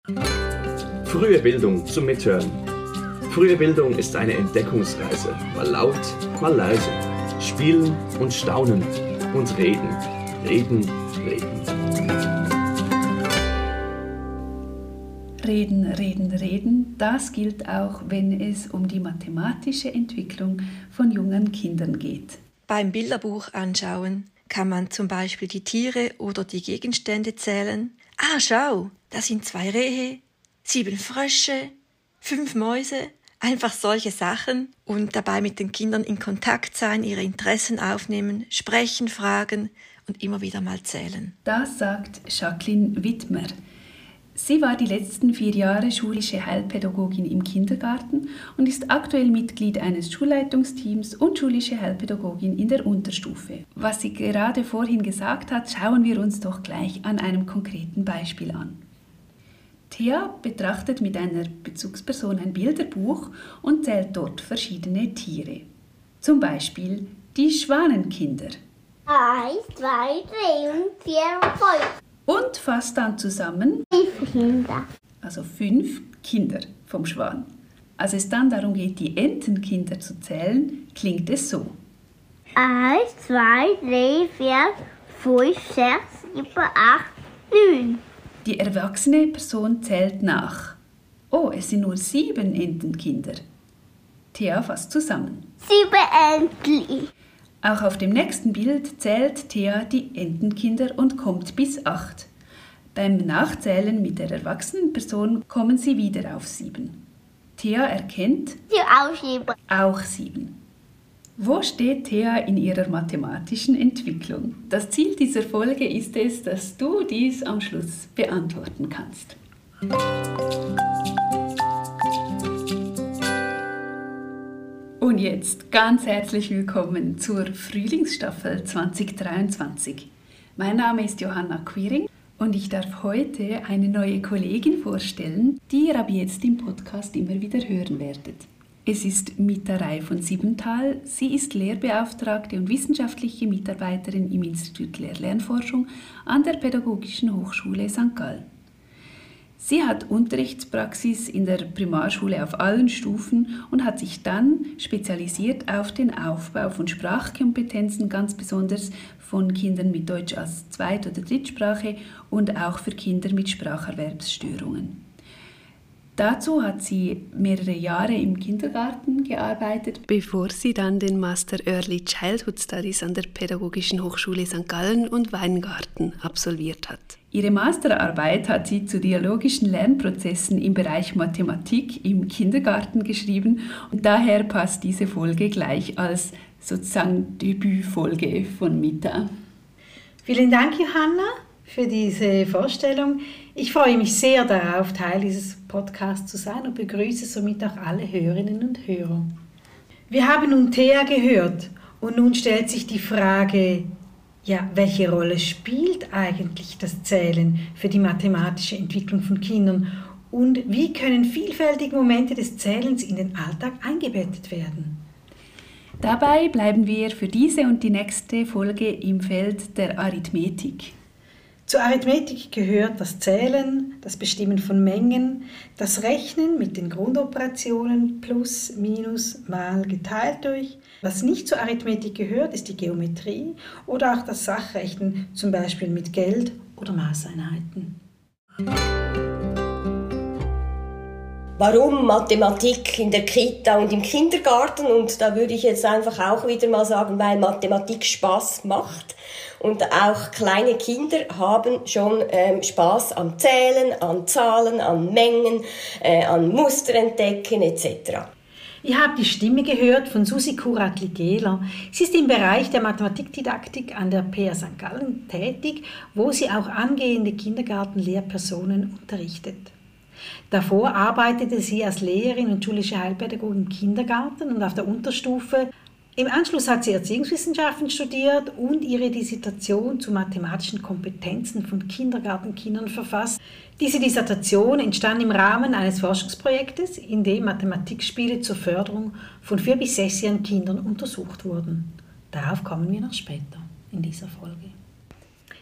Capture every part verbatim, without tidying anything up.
Frühe Bildung zum Mithören. Frühe Bildung ist eine Entdeckungsreise, mal laut, mal leise. Spielen und staunen und reden, reden, reden. Reden, reden, reden, das gilt auch, wenn es um die mathematische Entwicklung von jungen Kindern geht. Beim Bilderbuch anschauen kann man zum Beispiel die Tiere oder die Gegenstände zählen. Ah, schau, da sind zwei Rehe, sieben Frösche, fünf Mäuse, einfach solche Sachen und dabei mit den Kindern in Kontakt sein, ihre Interessen aufnehmen, sprechen, fragen und immer wieder mal zählen. Das sagt Jacqueline Wittmer. Sie war die letzten vier Jahre schulische Heilpädagogin im Kindergarten und ist aktuell Mitglied eines Schulleitungsteams und schulische Heilpädagogin in der Unterstufe. Was sie gerade vorhin gesagt hat, schauen wir uns doch gleich an einem konkreten Beispiel an. Thea betrachtet mit einer Bezugsperson ein Bilderbuch und zählt dort verschiedene Tiere. Zum Beispiel die Schwanenkinder. Eins, zwei, drei und vier und fünf. Und fasst dann zusammen, Fünf Kinder. also fünf Kinder vom Schwan. Als es dann darum geht, die Entenkinder zu zählen, klingt es so. Eins, zwei, drei, vier, fünf, sechs, sieben, acht, neun. Die erwachsene Person zählt nach. Oh, es sind nur sieben Entenkinder. Thea fasst zusammen. Sieben Entli. Auch auf dem nächsten Bild zählt Thea die Entenkinder und kommt bis acht. Beim Nachzählen mit der erwachsenen Person kommen sie wieder auf sieben. Thea erkennt Sie aufschieben. auch sieben. Wo steht Thea in ihrer mathematischen Entwicklung? Das Ziel dieser Folge ist es, dass du dies am Schluss beantworten kannst. Und jetzt ganz herzlich willkommen zur Frühlingsstaffel zwanzig dreiundzwanzig. Mein Name ist Johanna Quiring und ich darf heute eine neue Kollegin vorstellen, die ihr ab jetzt im Podcast immer wieder hören werdet. Es ist Mita Rai von Siebenthal. Sie ist Lehrbeauftragte und wissenschaftliche Mitarbeiterin im Institut Lehr-Lernforschung an der Pädagogischen Hochschule Sankt Gallen. Sie hat Unterrichtspraxis in der Primarschule auf allen Stufen und hat sich dann spezialisiert auf den Aufbau von Sprachkompetenzen, ganz besonders von Kindern mit Deutsch als Zweit- oder Drittsprache und auch für Kinder mit Spracherwerbsstörungen. Dazu hat sie mehrere Jahre im Kindergarten gearbeitet, bevor sie dann den Master Early Childhood Studies an der Pädagogischen Hochschule Sankt Gallen und Weingarten absolviert hat. Ihre Masterarbeit hat sie zu dialogischen Lernprozessen im Bereich Mathematik im Kindergarten geschrieben und daher passt diese Folge gleich als sozusagen Debütfolge von Mita. Vielen Dank, Johanna, für diese Vorstellung. Ich freue mich sehr darauf, Teil dieses Podcasts zu sein und begrüße somit auch alle Hörerinnen und Hörer. Wir haben nun Thea gehört und nun stellt sich die Frage, ja, welche Rolle spielt eigentlich das Zählen für die mathematische Entwicklung von Kindern und wie können vielfältige Momente des Zählens in den Alltag eingebettet werden? Dabei bleiben wir für diese und die nächste Folge im Feld der Arithmetik. Zur Arithmetik gehört das Zählen, das Bestimmen von Mengen, das Rechnen mit den Grundoperationen plus, minus, mal, geteilt durch. Was nicht zur Arithmetik gehört, ist die Geometrie oder auch das Sachrechnen, zum Beispiel mit Geld oder Maßeinheiten. Warum Mathematik in der Kita und im Kindergarten? Und da würde ich jetzt einfach auch wieder mal sagen, weil Mathematik Spaß macht. Und auch kleine Kinder haben schon ähm, Spaß am Zählen, an Zahlen, an Mengen, äh, an Muster entdecken et cetera. Ihr habt die Stimme gehört von Susi Kuratli-Gehler. Sie ist im Bereich der Mathematikdidaktik an der P H Sankt Gallen tätig, wo sie auch angehende Kindergartenlehrpersonen unterrichtet. Davor arbeitete sie als Lehrerin und schulische Heilpädagogin im Kindergarten und auf der Unterstufe. Im Anschluss hat sie Erziehungswissenschaften studiert und ihre Dissertation zu mathematischen Kompetenzen von Kindergartenkindern verfasst. Diese Dissertation entstand im Rahmen eines Forschungsprojektes, in dem Mathematikspiele zur Förderung von vier- bis sechsjährigen Kindern untersucht wurden. Darauf kommen wir noch später in dieser Folge.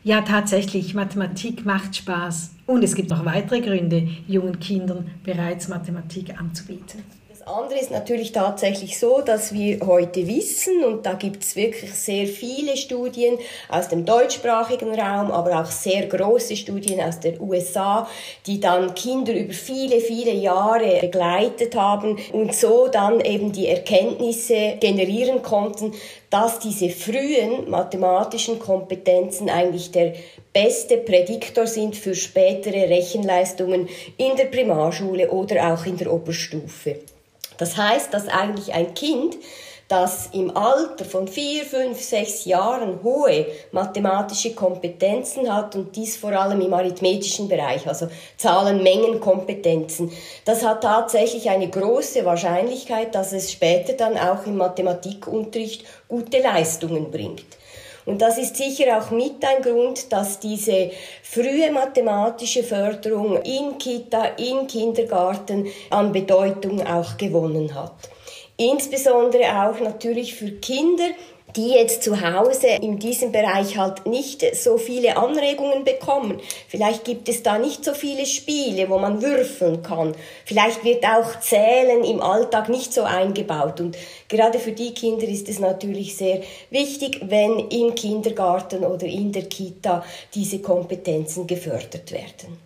Ja, tatsächlich, Mathematik macht Spaß. Und es gibt noch weitere Gründe, jungen Kindern bereits Mathematik anzubieten. Das andere ist natürlich tatsächlich so, dass wir heute wissen, und da gibt es wirklich sehr viele Studien aus dem deutschsprachigen Raum, aber auch sehr große Studien aus den U S A, die dann Kinder über viele, viele Jahre begleitet haben und so dann eben die Erkenntnisse generieren konnten, dass diese frühen mathematischen Kompetenzen eigentlich der beste Prädiktor sind für spätere Rechenleistungen in der Primarschule oder auch in der Oberstufe. Das heißt, dass eigentlich ein Kind, das im Alter von vier, fünf, sechs Jahren hohe mathematische Kompetenzen hat und dies vor allem im arithmetischen Bereich, also Zahlen-Mengen-Kompetenzen, das hat tatsächlich eine große Wahrscheinlichkeit, dass es später dann auch im Mathematikunterricht gute Leistungen bringt. Und das ist sicher auch mit ein Grund, dass diese frühe mathematische Förderung in Kita, in Kindergarten an Bedeutung auch gewonnen hat. Insbesondere auch natürlich für Kinder, die jetzt zu Hause in diesem Bereich halt nicht so viele Anregungen bekommen. Vielleicht gibt es da nicht so viele Spiele, wo man würfeln kann. Vielleicht wird auch Zählen im Alltag nicht so eingebaut. Und gerade für die Kinder ist es natürlich sehr wichtig, wenn im Kindergarten oder in der Kita diese Kompetenzen gefördert werden.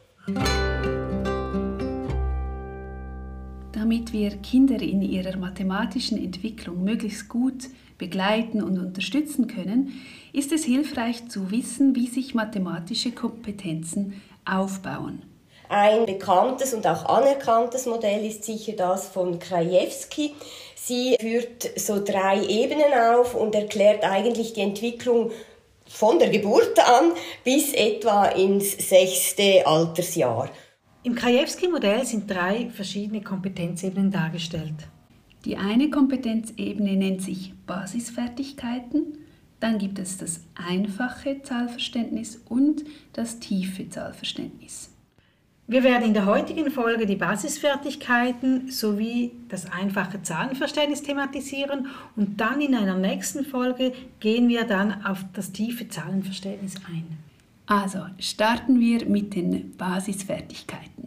Damit wir Kinder in ihrer mathematischen Entwicklung möglichst gut begleiten und unterstützen können, ist es hilfreich zu wissen, wie sich mathematische Kompetenzen aufbauen. Ein bekanntes und auch anerkanntes Modell ist sicher das von Krajewski. Sie führt so drei Ebenen auf und erklärt eigentlich die Entwicklung von der Geburt an bis etwa ins sechste Altersjahr. Im Krajewski-Modell sind drei verschiedene Kompetenzebenen dargestellt. Die eine Kompetenzebene nennt sich Basisfertigkeiten, dann gibt es das einfache Zahlverständnis und das tiefe Zahlverständnis. Wir werden in der heutigen Folge die Basisfertigkeiten sowie das einfache Zahlenverständnis thematisieren und dann in einer nächsten Folge gehen wir dann auf das tiefe Zahlenverständnis ein. Also starten wir mit den Basisfertigkeiten.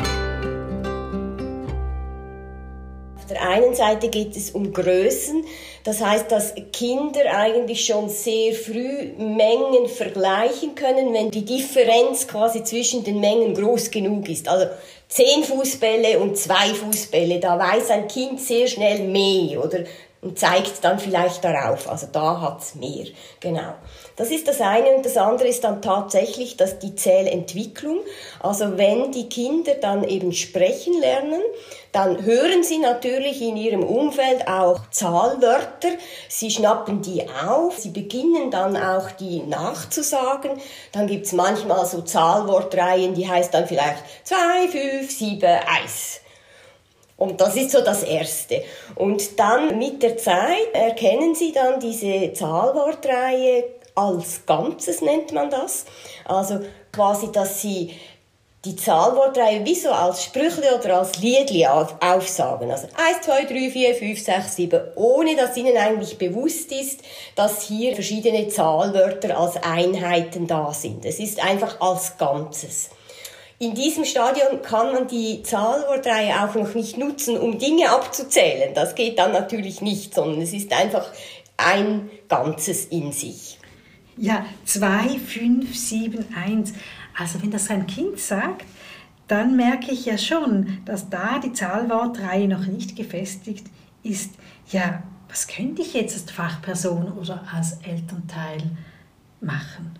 Auf der einen Seite geht es um Größen, das heißt, dass Kinder eigentlich schon sehr früh Mengen vergleichen können, wenn die Differenz quasi zwischen den Mengen groß genug ist. Also zehn Fußbälle und zwei Fußbälle, da weiß ein Kind sehr schnell mehr, oder? Und zeigt dann vielleicht darauf, also da hat's mehr, genau. Das ist das eine und das andere ist dann tatsächlich dass die Zählentwicklung. Also wenn die Kinder dann eben sprechen lernen, dann hören sie natürlich in ihrem Umfeld auch Zahlwörter, sie schnappen die auf, sie beginnen dann auch die nachzusagen. Dann gibt's manchmal so Zahlwortreihen, die heißt dann vielleicht zwei, fünf, sieben, eins. Und das ist so das Erste. Und dann mit der Zeit erkennen Sie dann diese Zahlwortreihe als Ganzes, nennt man das. Also quasi, dass Sie die Zahlwortreihe wie so als Sprüchle oder als Liedli aufsagen. Also eins, zwei, drei, vier, fünf, sechs, sieben, ohne dass Ihnen eigentlich bewusst ist, dass hier verschiedene Zahlwörter als Einheiten da sind. Es ist einfach als Ganzes. In diesem Stadium kann man die Zahlwortreihe auch noch nicht nutzen, um Dinge abzuzählen. Das geht dann natürlich nicht, sondern es ist einfach ein Ganzes in sich. Ja, zwei, fünf, sieben, eins. Also wenn das ein Kind sagt, dann merke ich ja schon, dass da die Zahlwortreihe noch nicht gefestigt ist. Ja, was könnte ich jetzt als Fachperson oder als Elternteil machen?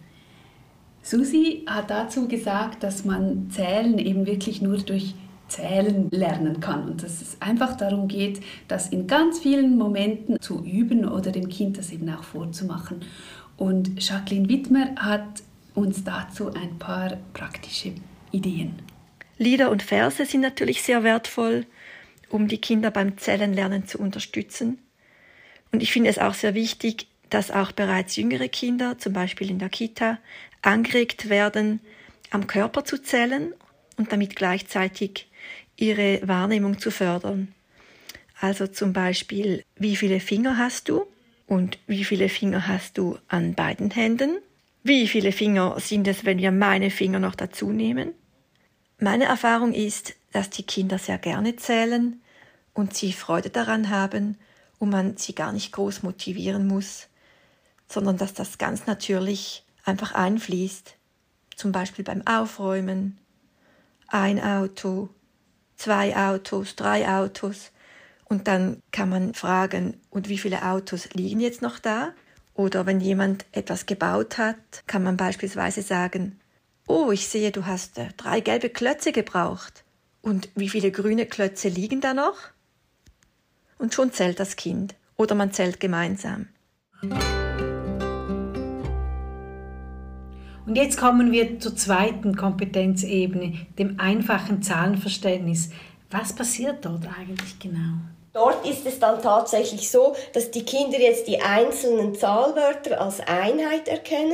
Susi hat dazu gesagt, dass man Zählen eben wirklich nur durch Zählen lernen kann und dass es einfach darum geht, das in ganz vielen Momenten zu üben oder dem Kind das eben auch vorzumachen. Und Jacqueline Wittmer hat uns dazu ein paar praktische Ideen. Lieder und Verse sind natürlich sehr wertvoll, um die Kinder beim Zählenlernen zu unterstützen. Und ich finde es auch sehr wichtig, dass auch bereits jüngere Kinder, zum Beispiel in der Kita, angeregt werden, am Körper zu zählen und damit gleichzeitig ihre Wahrnehmung zu fördern. Also zum Beispiel, wie viele Finger hast du und wie viele Finger hast du an beiden Händen? Wie viele Finger sind es, wenn wir meine Finger noch dazu nehmen? Meine Erfahrung ist, dass die Kinder sehr gerne zählen und sie Freude daran haben und man sie gar nicht groß motivieren muss, sondern dass das ganz natürlich einfach einfließt. Zum Beispiel beim Aufräumen. Ein Auto, zwei Autos, drei Autos. Und dann kann man fragen, und wie viele Autos liegen jetzt noch da? Oder wenn jemand etwas gebaut hat, kann man beispielsweise sagen, oh, ich sehe, du hast äh, drei gelbe Klötze gebraucht. Und wie viele grüne Klötze liegen da noch? Und schon zählt das Kind. Oder man zählt gemeinsam. Und jetzt kommen wir zur zweiten Kompetenzebene, dem einfachen Zahlenverständnis. Was passiert dort eigentlich genau? Dort ist es dann tatsächlich so, dass die Kinder jetzt die einzelnen Zahlwörter als Einheit erkennen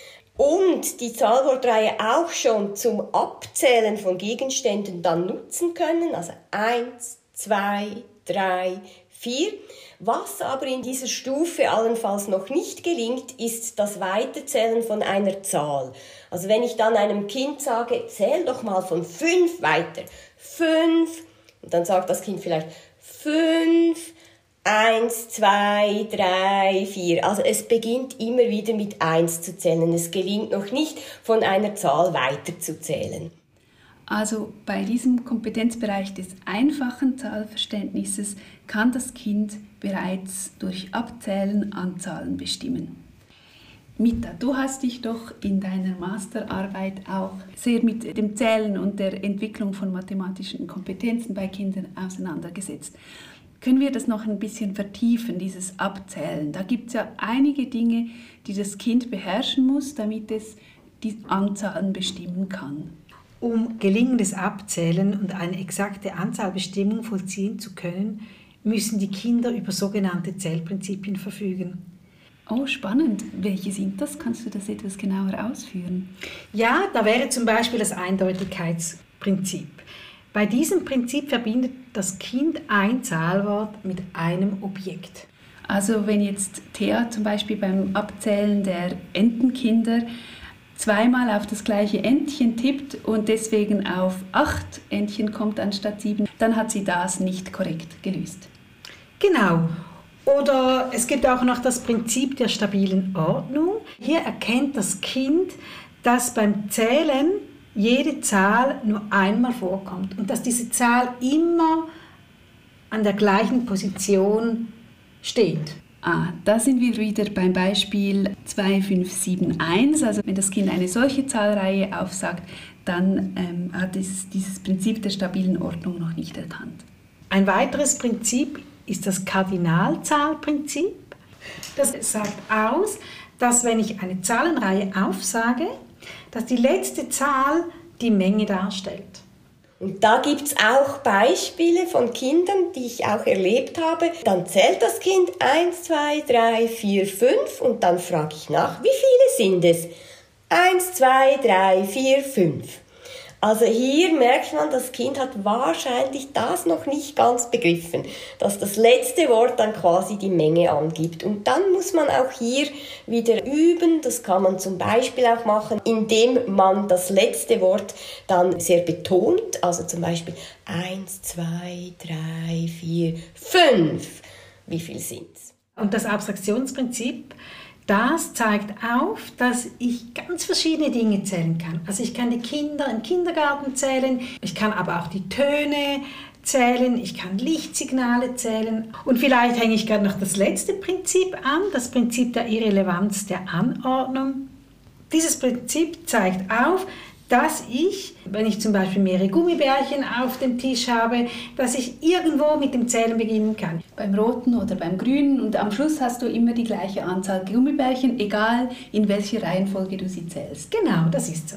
und die Zahlwortreihe auch schon zum Abzählen von Gegenständen dann nutzen können. Also eins, zwei, drei, vier. Was aber in dieser Stufe allenfalls noch nicht gelingt, ist das Weiterzählen von einer Zahl. Also wenn ich dann einem Kind sage, zähl doch mal von fünf weiter. Fünf. Und dann sagt das Kind vielleicht fünf, eins, zwei, drei, vier. Also es beginnt immer wieder mit eins zu zählen. Es gelingt noch nicht, von einer Zahl weiterzuzählen. Also bei diesem Kompetenzbereich des einfachen Zahlverständnisses kann das Kind bereits durch Abzählen Anzahlen bestimmen. Mita, du hast dich doch in deiner Masterarbeit auch sehr mit dem Zählen und der Entwicklung von mathematischen Kompetenzen bei Kindern auseinandergesetzt. Können wir das noch ein bisschen vertiefen, dieses Abzählen? Da gibt es ja einige Dinge, die das Kind beherrschen muss, damit es die Anzahlen bestimmen kann. Um gelingendes Abzählen und eine exakte Anzahlbestimmung vollziehen zu können, müssen die Kinder über sogenannte Zählprinzipien verfügen. Oh, spannend. Welche sind das? Kannst du das etwas genauer ausführen? Ja, da wäre zum Beispiel das Eindeutigkeitsprinzip. Bei diesem Prinzip verbindet das Kind ein Zahlwort mit einem Objekt. Also wenn jetzt Thea zum Beispiel beim Abzählen der Entenkinder zweimal auf das gleiche Entchen tippt und deswegen auf acht Entchen kommt anstatt sieben, dann hat sie das nicht korrekt gelöst. Genau. Oder es gibt auch noch das Prinzip der stabilen Ordnung. Hier erkennt das Kind, dass beim Zählen jede Zahl nur einmal vorkommt und dass diese Zahl immer an der gleichen Position steht. Ah, da sind wir wieder beim Beispiel zwei fünf sieben eins. Also wenn das Kind eine solche Zahlreihe aufsagt, dann ähm, hat es dieses Prinzip der stabilen Ordnung noch nicht erkannt. Ein weiteres Prinzip ist das Kardinalzahlprinzip. Das sagt aus, dass wenn ich eine Zahlenreihe aufsage, dass die letzte Zahl die Menge darstellt. Und da gibt es auch Beispiele von Kindern, die ich auch erlebt habe. Dann zählt das Kind eins, zwei, drei, vier, fünf und dann frage ich nach, wie viele sind es? eins, zwei, drei, vier, fünf. Also hier merkt man, das Kind hat wahrscheinlich das noch nicht ganz begriffen, dass das letzte Wort dann quasi die Menge angibt. Und dann muss man auch hier wieder üben, das kann man zum Beispiel auch machen, indem man das letzte Wort dann sehr betont, also zum Beispiel eins, zwei, drei, vier, fünf. Wie viel sind's? Und das Abstraktionsprinzip, das zeigt auf, dass ich ganz verschiedene Dinge zählen kann. Also ich kann die Kinder im Kindergarten zählen, ich kann aber auch die Töne zählen, ich kann Lichtsignale zählen. Und vielleicht hänge ich gerade noch das letzte Prinzip an, das Prinzip der Irrelevanz der Anordnung. Dieses Prinzip zeigt auf, dass ich, wenn ich zum Beispiel mehrere Gummibärchen auf dem Tisch habe, dass ich irgendwo mit dem Zählen beginnen kann. Beim roten oder beim grünen und am Schluss hast du immer die gleiche Anzahl Gummibärchen, egal in welcher Reihenfolge du sie zählst. Genau, das ist so.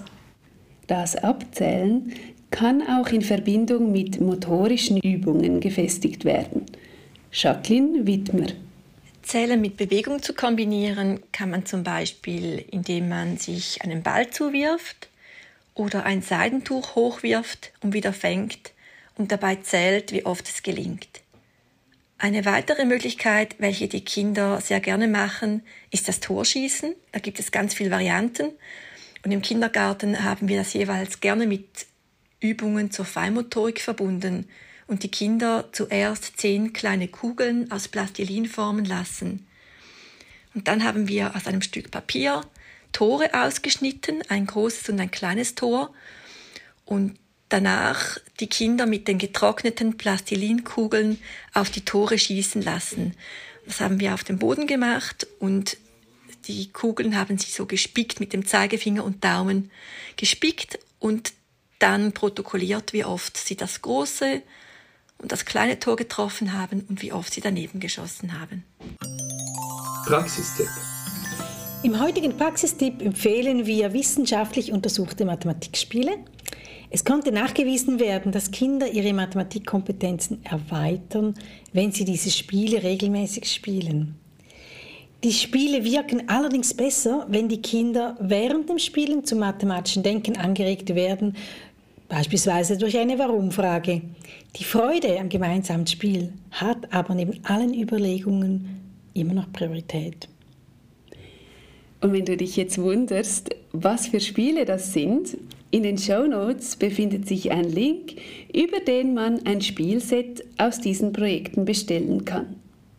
Das Abzählen kann auch in Verbindung mit motorischen Übungen gefestigt werden. Jacqueline Wittmer. Zählen mit Bewegung zu kombinieren kann man zum Beispiel, indem man sich einen Ball zuwirft oder ein Seidentuch hochwirft und wieder fängt und dabei zählt, wie oft es gelingt. Eine weitere Möglichkeit, welche die Kinder sehr gerne machen, ist das Torschießen. Da gibt es ganz viele Varianten. Und im Kindergarten haben wir das jeweils gerne mit Übungen zur Feinmotorik verbunden und die Kinder zuerst zehn kleine Kugeln aus Plastilin formen lassen. Und dann haben wir aus einem Stück Papier Tore ausgeschnitten, ein großes und ein kleines Tor, und danach die Kinder mit den getrockneten Plastilinkugeln auf die Tore schießen lassen. Das haben wir auf dem Boden gemacht und die Kugeln haben sie so gespickt mit dem Zeigefinger und Daumen gespickt und dann protokolliert, wie oft sie das große und das kleine Tor getroffen haben und wie oft sie daneben geschossen haben. Praxistipp. Im heutigen Praxistipp empfehlen wir wissenschaftlich untersuchte Mathematikspiele. Es konnte nachgewiesen werden, dass Kinder ihre Mathematikkompetenzen erweitern, wenn sie diese Spiele regelmäßig spielen. Die Spiele wirken allerdings besser, wenn die Kinder während dem Spielen zum mathematischen Denken angeregt werden, beispielsweise durch eine Warum-Frage. Die Freude am gemeinsamen Spiel hat aber neben allen Überlegungen immer noch Priorität. Und wenn du dich jetzt wunderst, was für Spiele das sind, in den Shownotes befindet sich ein Link, über den man ein Spielset aus diesen Projekten bestellen kann.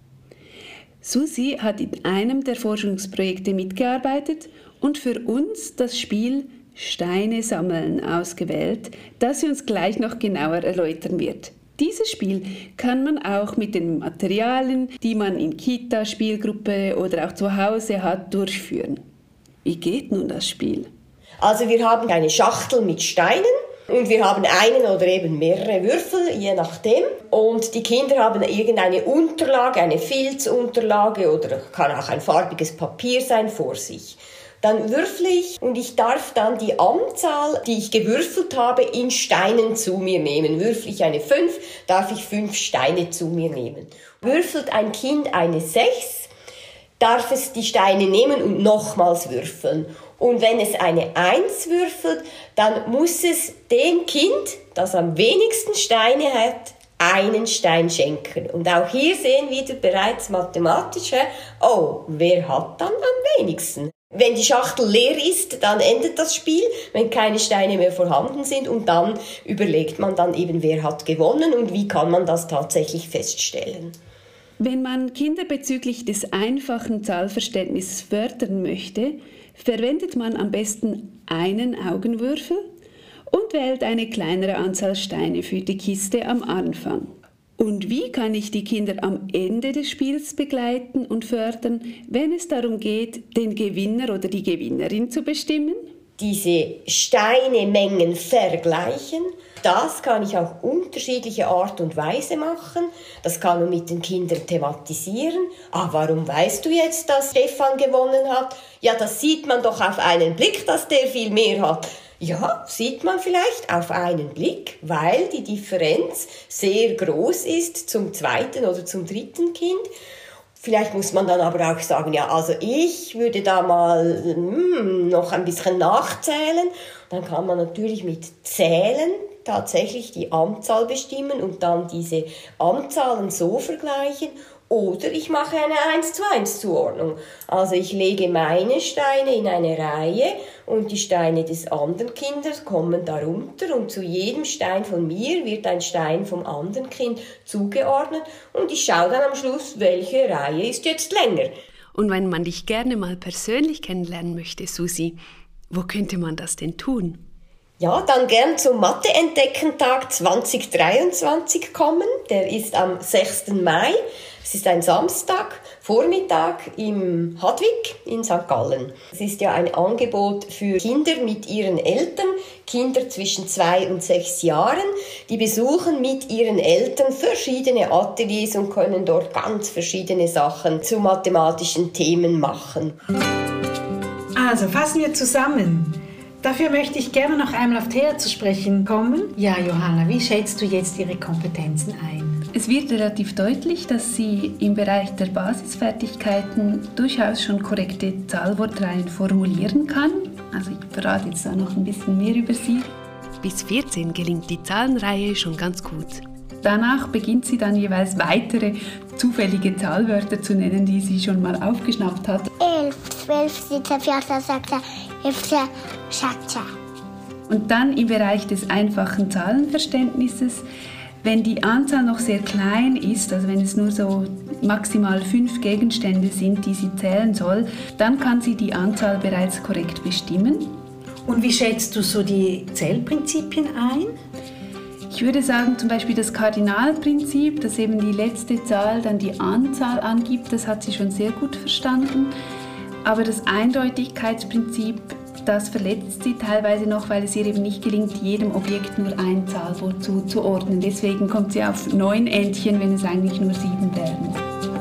Susi hat in einem der Forschungsprojekte mitgearbeitet und für uns das Spiel Steine sammeln ausgewählt, das sie uns gleich noch genauer erläutern wird. Dieses Spiel kann man auch mit den Materialien, die man in Kita, Spielgruppe oder auch zu Hause hat, durchführen. Wie geht nun das Spiel? Also wir haben eine Schachtel mit Steinen und wir haben einen oder eben mehrere Würfel, je nachdem. Und die Kinder haben irgendeine Unterlage, eine Filzunterlage oder kann auch ein farbiges Papier sein vor sich. Dann würfle ich und ich darf dann die Anzahl, die ich gewürfelt habe, in Steinen zu mir nehmen. Würfle ich eine fünf, darf ich fünf Steine zu mir nehmen. Würfelt ein Kind eine sechs, darf es die Steine nehmen und nochmals würfeln. Und wenn es eine eins würfelt, dann muss es dem Kind, das am wenigsten Steine hat, einen Stein schenken. Und auch hier sehen wir wieder bereits mathematisch, oh, wer hat dann am wenigsten? Wenn die Schachtel leer ist, dann endet das Spiel, wenn keine Steine mehr vorhanden sind, und dann überlegt man dann eben, wer hat gewonnen und wie kann man das tatsächlich feststellen. Wenn man Kinder bezüglich des einfachen Zahlverständnisses fördern möchte, verwendet man am besten einen Augenwürfel und wählt eine kleinere Anzahl Steine für die Kiste am Anfang. Und wie kann ich die Kinder am Ende des Spiels begleiten und fördern, wenn es darum geht, den Gewinner oder die Gewinnerin zu bestimmen? Diese Steinemengen vergleichen, das kann ich auf unterschiedliche Art und Weise machen. Das kann man mit den Kindern thematisieren. Ah, warum weißt du jetzt, dass Stefan gewonnen hat? Ja, das sieht man doch auf einen Blick, dass der viel mehr hat. Ja, sieht man vielleicht auf einen Blick, weil die Differenz sehr groß ist zum zweiten oder zum dritten Kind. Vielleicht muss man dann aber auch sagen, ja, also ich würde da mal hm, noch ein bisschen nachzählen. Dann kann man natürlich mit Zählen tatsächlich die Anzahl bestimmen und dann diese Anzahlen so vergleichen. Oder ich mache eine eins zu eins Zuordnung. Also ich lege meine Steine in eine Reihe und die Steine des anderen Kindes kommen darunter und zu jedem Stein von mir wird ein Stein vom anderen Kind zugeordnet und ich schaue dann am Schluss, welche Reihe ist jetzt länger. Und wenn man dich gerne mal persönlich kennenlernen möchte, Susi, wo könnte man das denn tun? Ja, dann gern zum Mathe-Entdecken-Tag zwanzig dreiundzwanzig kommen. Der ist am sechsten Mai. Es ist ein Samstag, Vormittag im Hadwig in Sankt Gallen. Es ist ja ein Angebot für Kinder mit ihren Eltern, Kinder zwischen zwei und sechs Jahren. Die besuchen mit ihren Eltern verschiedene Ateliers und können dort ganz verschiedene Sachen zu mathematischen Themen machen. Also fassen wir zusammen. Dafür möchte ich gerne noch einmal auf Thea zu sprechen kommen. Ja, Johanna, wie schätzt du jetzt ihre Kompetenzen ein? Es wird relativ deutlich, dass sie im Bereich der Basisfertigkeiten durchaus schon korrekte Zahlwortreihen formulieren kann. Also ich verrate jetzt da noch ein bisschen mehr über sie. Bis vierzehn gelingt die Zahlenreihe schon ganz gut. danach beginnt sie dann jeweils weitere zufällige Zahlwörter zu nennen, die sie schon mal aufgeschnappt hat. elf, zwölf, siebzehn, vierzehn, sechzehn, fünfzehn, sechzehn. Und dann im Bereich des einfachen Zahlenverständnisses, wenn die Anzahl noch sehr klein ist, also wenn es nur so maximal fünf Gegenstände sind, die sie zählen soll, dann kann sie die Anzahl bereits korrekt bestimmen. Und wie schätzt du so die Zählprinzipien ein? Ich würde sagen, zum Beispiel das Kardinalprinzip, dass eben die letzte Zahl dann die Anzahl angibt, das hat sie schon sehr gut verstanden. Aber das Eindeutigkeitsprinzip, das verletzt sie teilweise noch, weil es ihr eben nicht gelingt, jedem Objekt nur ein Zahlwort zuzuordnen. Deswegen kommt sie auf neun Entchen, wenn es eigentlich nur sieben wären.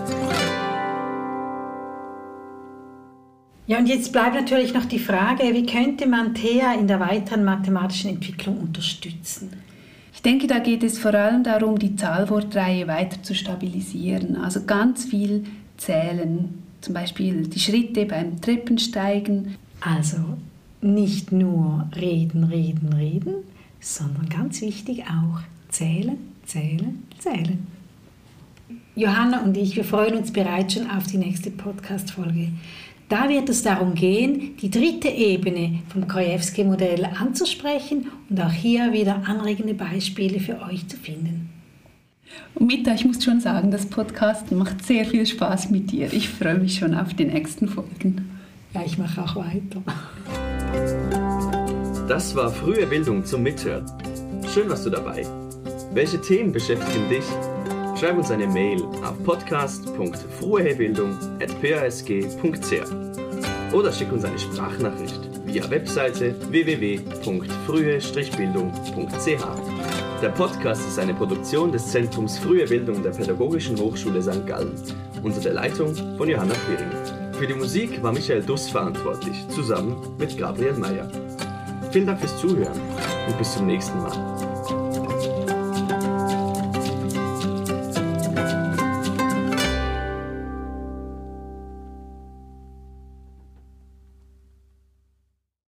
Ja, und jetzt bleibt natürlich noch die Frage, wie könnte man Thea in der weiteren mathematischen Entwicklung unterstützen? Ich denke, da geht es vor allem darum, die Zahlwortreihe weiter zu stabilisieren. Also ganz viel zählen, zum Beispiel die Schritte beim Treppensteigen. Also nicht nur reden, reden, reden, sondern ganz wichtig auch zählen, zählen, zählen. Johanna und ich, wir freuen uns bereits schon auf die nächste Podcast-Folge. Da wird es darum gehen, die dritte Ebene vom Krajewski-Modell anzusprechen und auch hier wieder anregende Beispiele für euch zu finden. Und Mita, ich muss schon sagen, das Podcasten macht sehr viel Spaß mit dir. Ich freue mich schon auf die nächsten Folgen. Ja, ich mache auch weiter. Das war Frühe Bildung zum Mithören. Schön warst du dabei. Welche Themen beschäftigen dich? Schreib uns eine Mail auf podcast punkt fruehebildung at p a s g punkt c h oder schick uns eine Sprachnachricht via Webseite w w w punkt frühe bildung punkt c h. Der Podcast ist eine Produktion des Zentrums Frühe Bildung der Pädagogischen Hochschule Sankt Gallen unter der Leitung von Johanna Quiring. Für die Musik war Michael Duss verantwortlich, zusammen mit Gabriel Meyer. Vielen Dank fürs Zuhören und bis zum nächsten Mal.